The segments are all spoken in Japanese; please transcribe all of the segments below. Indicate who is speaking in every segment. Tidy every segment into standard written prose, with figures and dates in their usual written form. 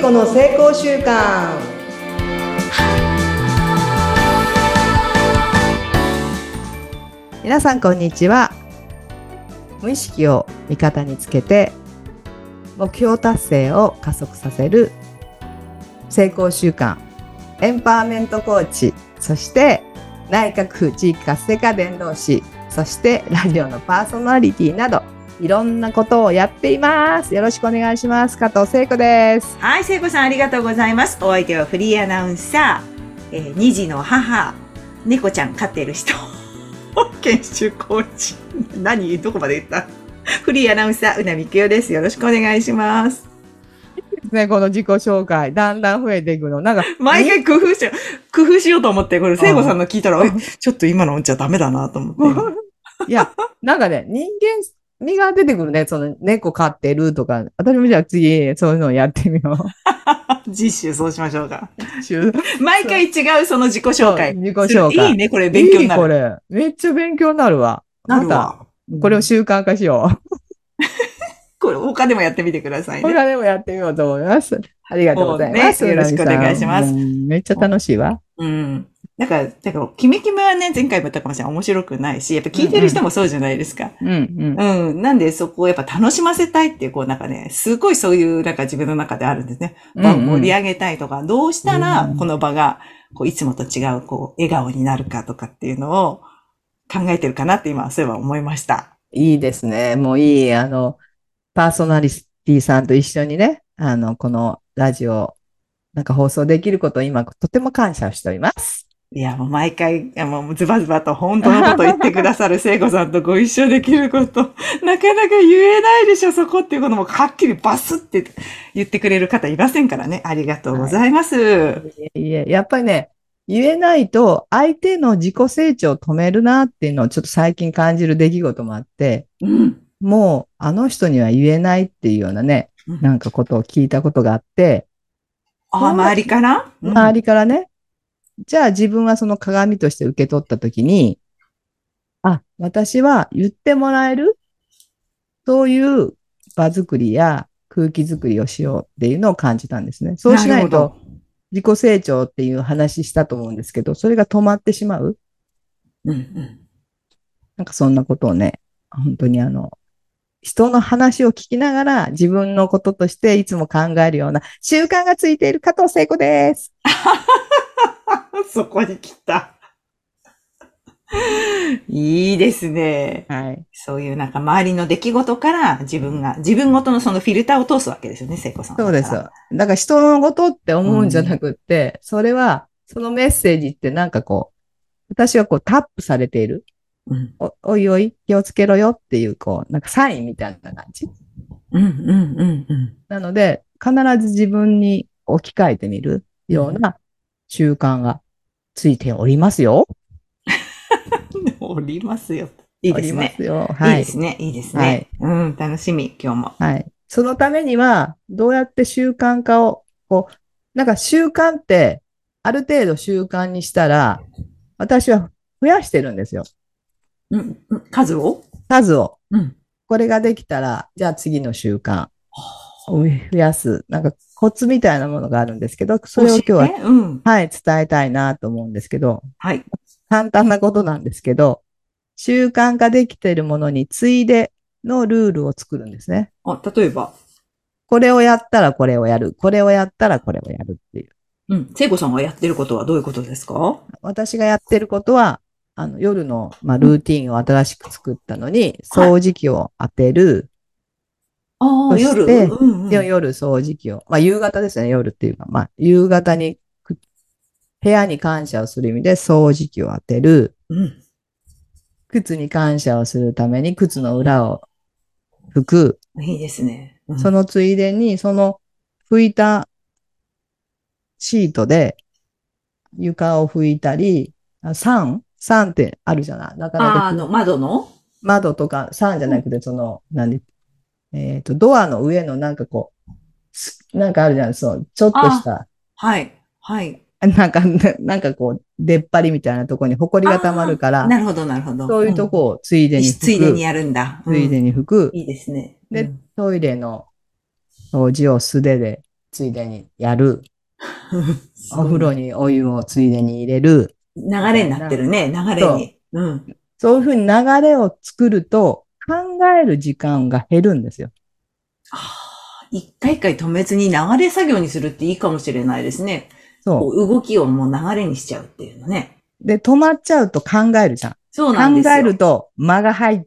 Speaker 1: 子の成功習慣。皆さんこんにちは。無意識を味方につけて目標達成を加速させる成功習慣エンパワーメントコーチ、そして内閣府地域活性化伝道師、そしてラジオのパーソナリティなどいろんなことをやっています。よろしくお願いします。加藤聖子です。
Speaker 2: はい、聖子さんありがとうございます。お相手はフリーアナウンサー、2児の母、猫ちゃん飼ってる人研修コーチ、どこまで言った？フリーアナウンサーうなみくよです。よろしくお願いします。
Speaker 1: ね、この自己紹介だんだん増えていくの、なんか
Speaker 2: 毎回工夫しようと思って、これ聖子さんの聞いたらちょっと今のじゃダメだなと思って
Speaker 1: いや、なんかね、人間味が出てくるね。その猫飼ってるとか、私もじゃあ次そういうのをやってみよう。
Speaker 2: 実習そうしましょうか。毎回違うその自己紹介。
Speaker 1: 自己紹介。
Speaker 2: いいね、これ勉強になる。
Speaker 1: これ。めっちゃ勉強になるわ。
Speaker 2: なるわ。
Speaker 1: また、これを習慣化しよう。
Speaker 2: これ他でもやってみてくださいね。
Speaker 1: 他でもやってみようと思います。ありがとうございます。
Speaker 2: よろしくお願いします。
Speaker 1: めっちゃ楽しいわ。
Speaker 2: うん。だから、キメキメはね、前回も言ったかもしれない。面白くないし、やっぱ聞いてる人もそうじゃないですか。なんでそこをやっぱ楽しませたいっていう、こうなんかね、すごいそういうなんか自分の中であるんですね。場を盛り上げたいとか、どうしたらこの場が、こういつもと違う、こう、笑顔になるかとかっていうのを考えてるかなって今、そういえば思いました。
Speaker 1: いいですね。もういい、パーソナリティさんと一緒にね、このラジオ、なんか放送できることを今、とても感謝しております。
Speaker 2: いや、もう毎回、もうズバズバと本当のこと言ってくださる聖子さんとご一緒できること、なかなか言えないでしょ、そこっていうこともはっきりバスって言ってくれる方いませんからね。ありがとうございます。
Speaker 1: やっぱりね、言えないと相手の自己成長を止めるなっていうのをちょっと最近感じる出来事もあって、もうあの人には言えないっていうようなね、なんかことを聞いたことがあって、
Speaker 2: 周りから
Speaker 1: 周りからね、じゃあ自分はその鏡として受け取ったときに、私は言ってもらえる、そういう場作りや空気作りをしようっていうのを感じたんですね。そうしないと自己成長っていう話したと思うんですけど、それが止まってしまう。なんかそんなことをね、本当に人の話を聞きながら自分のこととしていつも考えるような習慣がついている加藤聖子です。
Speaker 2: そこに来た。いいですね。
Speaker 1: はい。
Speaker 2: そういうなんか周りの出来事から自分ごとのそのフィルターを通すわけですよね、聖子さん。
Speaker 1: そうです。だから人のことって思うんじゃなくって、それは、そのメッセージってなんかこう、私はこうタップされている。おいおい、気をつけろよっていう、こう、なんかサインみたいな感じ。なので、必ず自分に置き換えてみるような習慣がついておりますよ。
Speaker 2: おりますよ。いいですね。
Speaker 1: おりますよ。はい。
Speaker 2: いいですね。いいですね。はい。楽しみ、今日も。
Speaker 1: はい。そのためには、どうやって習慣化を、こう、なんか習慣って、ある程度習慣にしたら、私は増やしてるんですよ。
Speaker 2: 数を。
Speaker 1: これができたら、じゃあ次の習慣を増やす。なんかコツみたいなものがあるんですけど、それを今日は、はい、伝えたいなと思うんですけど、
Speaker 2: はい。
Speaker 1: 簡単なことなんですけど、習慣化できているものについでのルールを作るんですね。
Speaker 2: 例えば。
Speaker 1: これをやったらこれをやる。これをやったらこれをやるっていう。
Speaker 2: 聖子さんがやってることはどういうことですか？
Speaker 1: 私がやってることは、夜の、ルーティンを新しく作ったのに、掃除機を当てる。そして、夜掃除機を、夕方ですね、夜っていうか、夕方に、部屋に感謝をする意味で掃除機を当てる。靴に感謝をするために靴の裏を拭く。
Speaker 2: いいですね。
Speaker 1: そのついでに、その拭いたシートで床を拭いたり、3ってあるじゃない。なかなか。窓とか、3じゃなくて、ドアの上のなんかこう、なんかあるじゃん、そう、ちょっとした。
Speaker 2: はい。はい。
Speaker 1: なんかこう、出っ張りみたいなところに埃が溜まるから。
Speaker 2: なるほど、なるほど。
Speaker 1: そういうとこをついでに拭く。
Speaker 2: ついでにやるんだ。
Speaker 1: ついでに拭く。
Speaker 2: いいですね。
Speaker 1: で、トイレの掃除を素手でついでにやる。お風呂
Speaker 2: すごいね。
Speaker 1: にお湯をついでに入れる。
Speaker 2: 流
Speaker 1: み
Speaker 2: れになって
Speaker 1: たいな。
Speaker 2: るね、流れ
Speaker 1: そう。
Speaker 2: に。うん。
Speaker 1: そういうふうに流れを作ると、考える時間が減るんですよ。
Speaker 2: ああ、一回一回止めずに流れ作業にするっていいかもしれないですね。こ
Speaker 1: そ
Speaker 2: う、動きをもう流れにしちゃうっていうのね。
Speaker 1: う。で、止まっちゃうと考えるじゃん。
Speaker 2: そうなんで
Speaker 1: 考える
Speaker 2: すよ。
Speaker 1: と間が入って、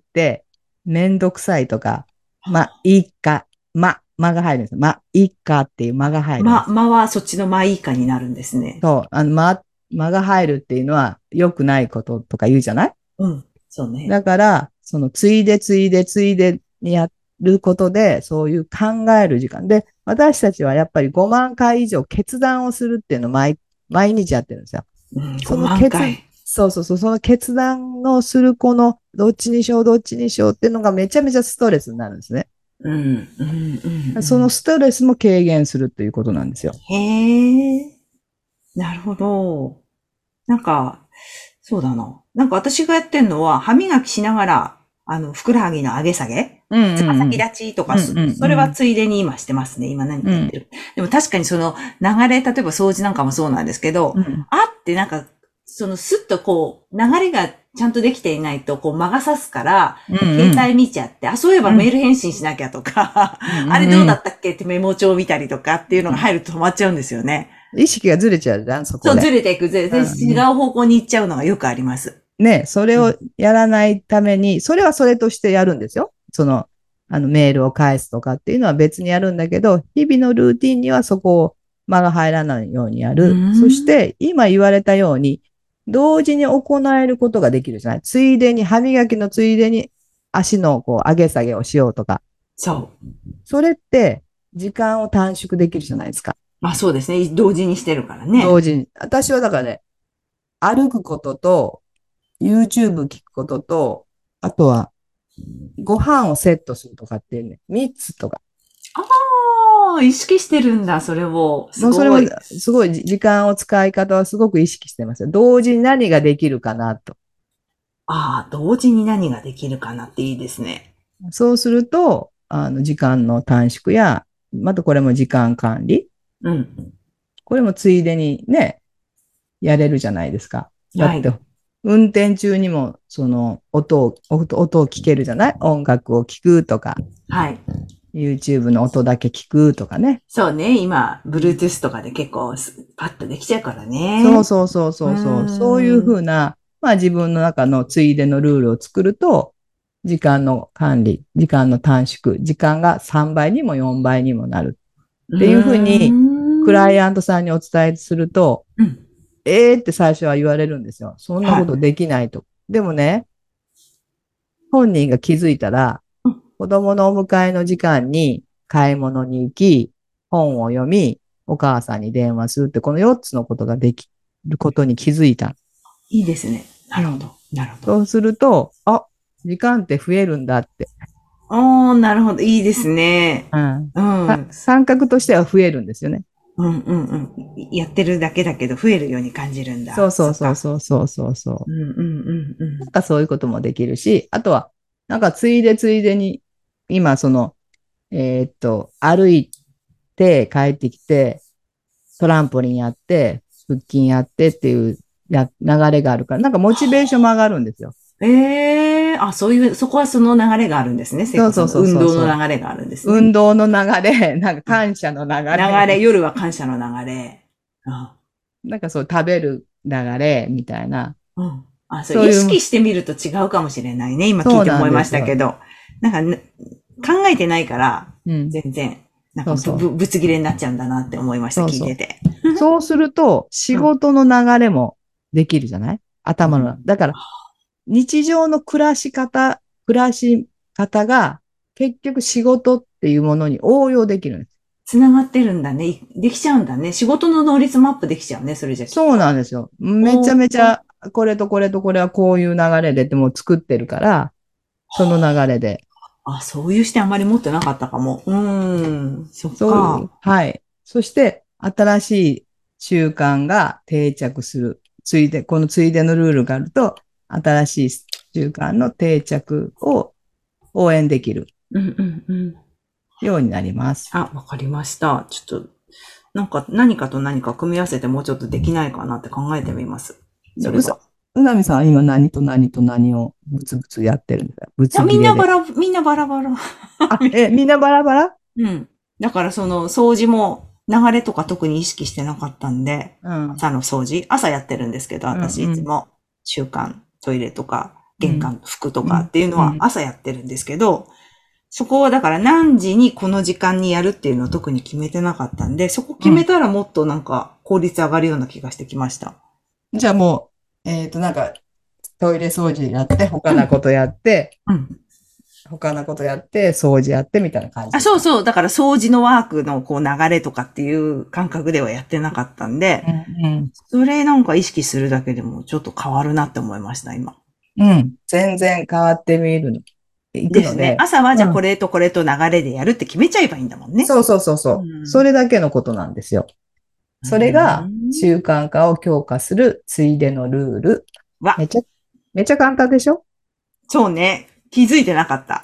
Speaker 1: めんどくさいとか、いいか、間が入るんですよ。いいかっていう間が入るんですよ。
Speaker 2: 間はそっちの間以下になるんですね。
Speaker 1: そう、間が入るっていうのは良くないこととか言うじゃない。
Speaker 2: うん。そうね。
Speaker 1: だから、そのついでにやることで、そういう考える時間で、私たちはやっぱり5万回以上決断をするっていうのを毎日やってるんですよ。
Speaker 2: うん、
Speaker 1: その
Speaker 2: 5万回。
Speaker 1: その決断をするこの、どっちにしようっていうのがめちゃめちゃストレスになるんですね。
Speaker 2: うん、うん、うん、
Speaker 1: その
Speaker 2: うん。
Speaker 1: ストレスも軽減するということなんですよ。
Speaker 2: へえ、なるほど。なんか、そうだな。なんか私がやってんのは、歯磨きしながら、ふくらはぎの上げ下げ、
Speaker 1: うん
Speaker 2: つま先
Speaker 1: うん
Speaker 2: 立ちとか、
Speaker 1: うん。うんうん
Speaker 2: それは
Speaker 1: うん。
Speaker 2: ついでに今してますね。今何
Speaker 1: うん。
Speaker 2: かやってる。でも確かにその流れ、例えば掃除なんかもそうなんですけど、
Speaker 1: うん。
Speaker 2: あってなんか、そのスッとこう、流れがちゃんとできていないと、こう魔が差すから、
Speaker 1: うん
Speaker 2: 携
Speaker 1: うん。
Speaker 2: 帯見ちゃって、あ、そういえば
Speaker 1: うん。
Speaker 2: メール返信しなきゃとか、
Speaker 1: うん
Speaker 2: あれ
Speaker 1: うんうん。
Speaker 2: どうだったっけってメモ帳を見たりとかっていうのが入ると止まっちゃうんですよね。
Speaker 1: 意識がずれちゃうじゃん、そこ
Speaker 2: そう、ず
Speaker 1: で。
Speaker 2: れていく、
Speaker 1: う
Speaker 2: 違
Speaker 1: ん。
Speaker 2: う方向に行っちゃうのがよくあります。
Speaker 1: ね、それを
Speaker 2: うん。
Speaker 1: やらないために、それはそれとしてやるんですよ。メールを返すとかっていうのは別にやるんだけど、日々のルーティンにはそこを間が入らないようにや
Speaker 2: うー
Speaker 1: る。そし
Speaker 2: ん。
Speaker 1: て、今言われたように、同時に行えることができるじゃない。ついでに、歯磨きのついでに足のこう上げ下げをしようとか。
Speaker 2: そう。
Speaker 1: それって、時間を短縮できるじゃないですか。
Speaker 2: まあそうですね。同時にしてるからね。
Speaker 1: 同時に。私はだからね、歩くことと、YouTube 聞くことと、あとは、ご飯をセットするとかっていうね、3つとか。
Speaker 2: ああ、意識してるんだ、それを。す
Speaker 1: もうそれも
Speaker 2: ごい。
Speaker 1: すごい時間を使い方はすごく意識してますよ。同時に何ができるかなと。
Speaker 2: ああ、同時に何ができるかなっていいですね。
Speaker 1: そうすると、時間の短縮や、またこれも時間管理。
Speaker 2: うん。
Speaker 1: これもついでにね、やれるじゃないですか。だって、
Speaker 2: はい。
Speaker 1: 運転中にも、音を聞けるじゃない。音楽を聞くとか、
Speaker 2: はい。
Speaker 1: YouTube の音だけ聞くとかね。
Speaker 2: そうね。今、
Speaker 1: うん。
Speaker 2: Bluetooth とかで結構パッとできちゃうからね。う
Speaker 1: そういう
Speaker 2: ーん。
Speaker 1: ふうな、まあ自分の中のついでのルールを作ると、時間の管理、時間の短縮、時間が3倍にも4倍にもなる
Speaker 2: う
Speaker 1: っていうふう
Speaker 2: ー
Speaker 1: に、クライ
Speaker 2: ん。
Speaker 1: アントさんにお伝えすると、
Speaker 2: うん。
Speaker 1: って最初は言われるんですよ。そんな
Speaker 2: はい。
Speaker 1: ことできないと。でもね、本人が気づいたら、
Speaker 2: うん。
Speaker 1: 子供のお迎えの時間に買い物に行き、本を読み、お母さんに電話するって、この4つのことができることに気づいた。
Speaker 2: いいですね。な
Speaker 1: うん。
Speaker 2: るほど。なるほど。
Speaker 1: そうすると、時間って増えるんだって。
Speaker 2: おー、なるほど。いいですね。
Speaker 1: うん。
Speaker 2: うん。
Speaker 1: 感覚としては増えるんですよね。
Speaker 2: うんうんうん。やってるだけだけど増えるように感じるんだ。そっか。
Speaker 1: そう。
Speaker 2: うんうんうんうん。
Speaker 1: なんかそういうこともできるし、あとは、なんかついでに、今歩いて帰ってきて、トランポリンやって、腹筋やってっていう流れがあるから、なんかモチベーションも上がるんですよ。
Speaker 2: ええー、あ、そういう、そこはその流れがあるんですね。聖子さんの運動の流れがあるんですね。
Speaker 1: 運動の流れ、なんか感謝の流
Speaker 2: 流れ、
Speaker 1: れ、
Speaker 2: 夜は感謝の流れ。
Speaker 1: なんかそう食べる流れみたいな、
Speaker 2: うん。あ、そう、
Speaker 1: そういう、
Speaker 2: 意識してみると違うかもしれないね。今聞い
Speaker 1: そうなん
Speaker 2: て思いま
Speaker 1: ですよ。
Speaker 2: したけど。なんかね、考えてないから、
Speaker 1: うん。
Speaker 2: 全然、なんか
Speaker 1: そうそう。
Speaker 2: ぶつ切れになっちゃうんだなって思いました、
Speaker 1: そうそう。
Speaker 2: 聞いてて。
Speaker 1: そうすると、仕
Speaker 2: うん。
Speaker 1: 事の流れもできるじゃない。頭の。
Speaker 2: うん。
Speaker 1: だから、日常の暮らし方が、結局仕事っていうものに応用できるんです。
Speaker 2: つながってるんだね。できちゃうんだね。仕事の能率もアップできちゃうね。それじゃきっ
Speaker 1: そう
Speaker 2: と。
Speaker 1: なんですよ。めちゃ
Speaker 2: おー。
Speaker 1: めちゃ、これとこれとこれはこういう流れでってもう作ってるから、その流れで。
Speaker 2: あ、そういう視点あまり持ってなかったかも。そっか。
Speaker 1: はい。そして、新しい習慣が定着する。このついでのルールがあると、新しい習慣の定着を応援できる
Speaker 2: うんうんうん。
Speaker 1: ようになります。
Speaker 2: あ、わかりました。ちょっと、 なんか何かと何か組み合わせてもうちょっとできないかなって考えてみます。それは。
Speaker 1: うなみさんは今何と何と何をブツブツやってるんですか？ブツ
Speaker 2: み
Speaker 1: 切れで。
Speaker 2: みんなバラバラ。
Speaker 1: みんなバラバラ？
Speaker 2: うん。だからその掃除も流れとか特に意識してなかったんで、朝の掃除、朝やってるんですけど、私いつも習慣、トイレとか玄関、服とかっていうのは朝やってるんですけど、そこはだから何時にこの時間にやるっていうのを特に決めてなかったんで、そこ決めたらもっとなんか効率上がるような気がしてきました。
Speaker 1: じゃあもう、なんかトイレ掃除やって、他のことやって、他のことやって、掃除やってみたいな感じ。
Speaker 2: そうそう。だから掃除のワークのこう流れとかっていう感覚ではやってなかったんで、それなんか意識するだけでもちょっと変わるなって思いました、今。
Speaker 1: 全然変わってみるの。
Speaker 2: ですね。朝はじゃあこれとこれと流れでやるって決めちゃえばいいんだもんね。
Speaker 1: そう。それだけのことなんですよ。それが習慣化を強化するついでのルール。めっちゃ簡単でしょ？
Speaker 2: そうね。気づいてなかった。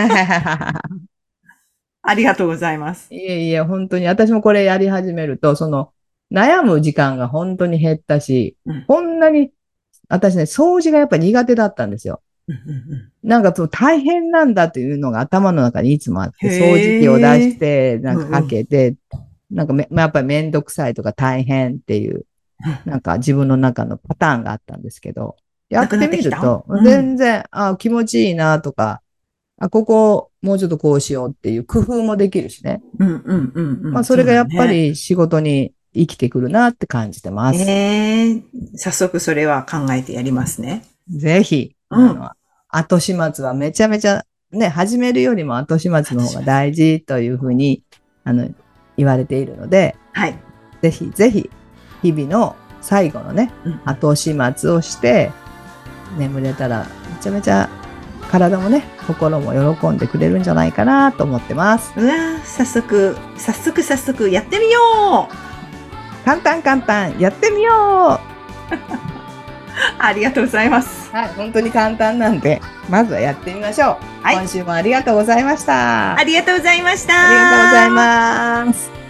Speaker 2: ありがとうございます。
Speaker 1: いえいえ、本当に私もこれやり始めると、悩む時間が本当に減ったし、こんなに、私ね、掃除がやっぱ苦手だったんですよ。なんか大変なんだっていうのが頭の中にいつもあって、掃除機を出して、なんかかけて、なんかやっぱりめんどくさいとか大変っていう、なんか自分の中のパターンがあったんですけど、やってみると、全然、気持ちいいなとか、ここもうちょっとこうしようっていう工夫もできるしね。それがやっぱり仕事に生きてくるなって感じてます。
Speaker 2: 早速それは考えてやりますね。
Speaker 1: ぜひ、後始末はめちゃめちゃ、ね、始めるよりも後始末の方が大事というふうに、言われているので、
Speaker 2: はい。
Speaker 1: ぜひぜひ、日々の最後のね、後始末をして、眠れたら、めちゃめちゃ体もね、心も喜んでくれるんじゃないかなと思ってます。
Speaker 2: うわー、早速やってみよう。
Speaker 1: 簡単、やってみよう。
Speaker 2: ありがとうございます。
Speaker 1: はい、本当に簡単なんで、まずはやってみましょう。はい、今週もありがとうございました。
Speaker 2: ありがとうございました。
Speaker 1: ありがとうございます。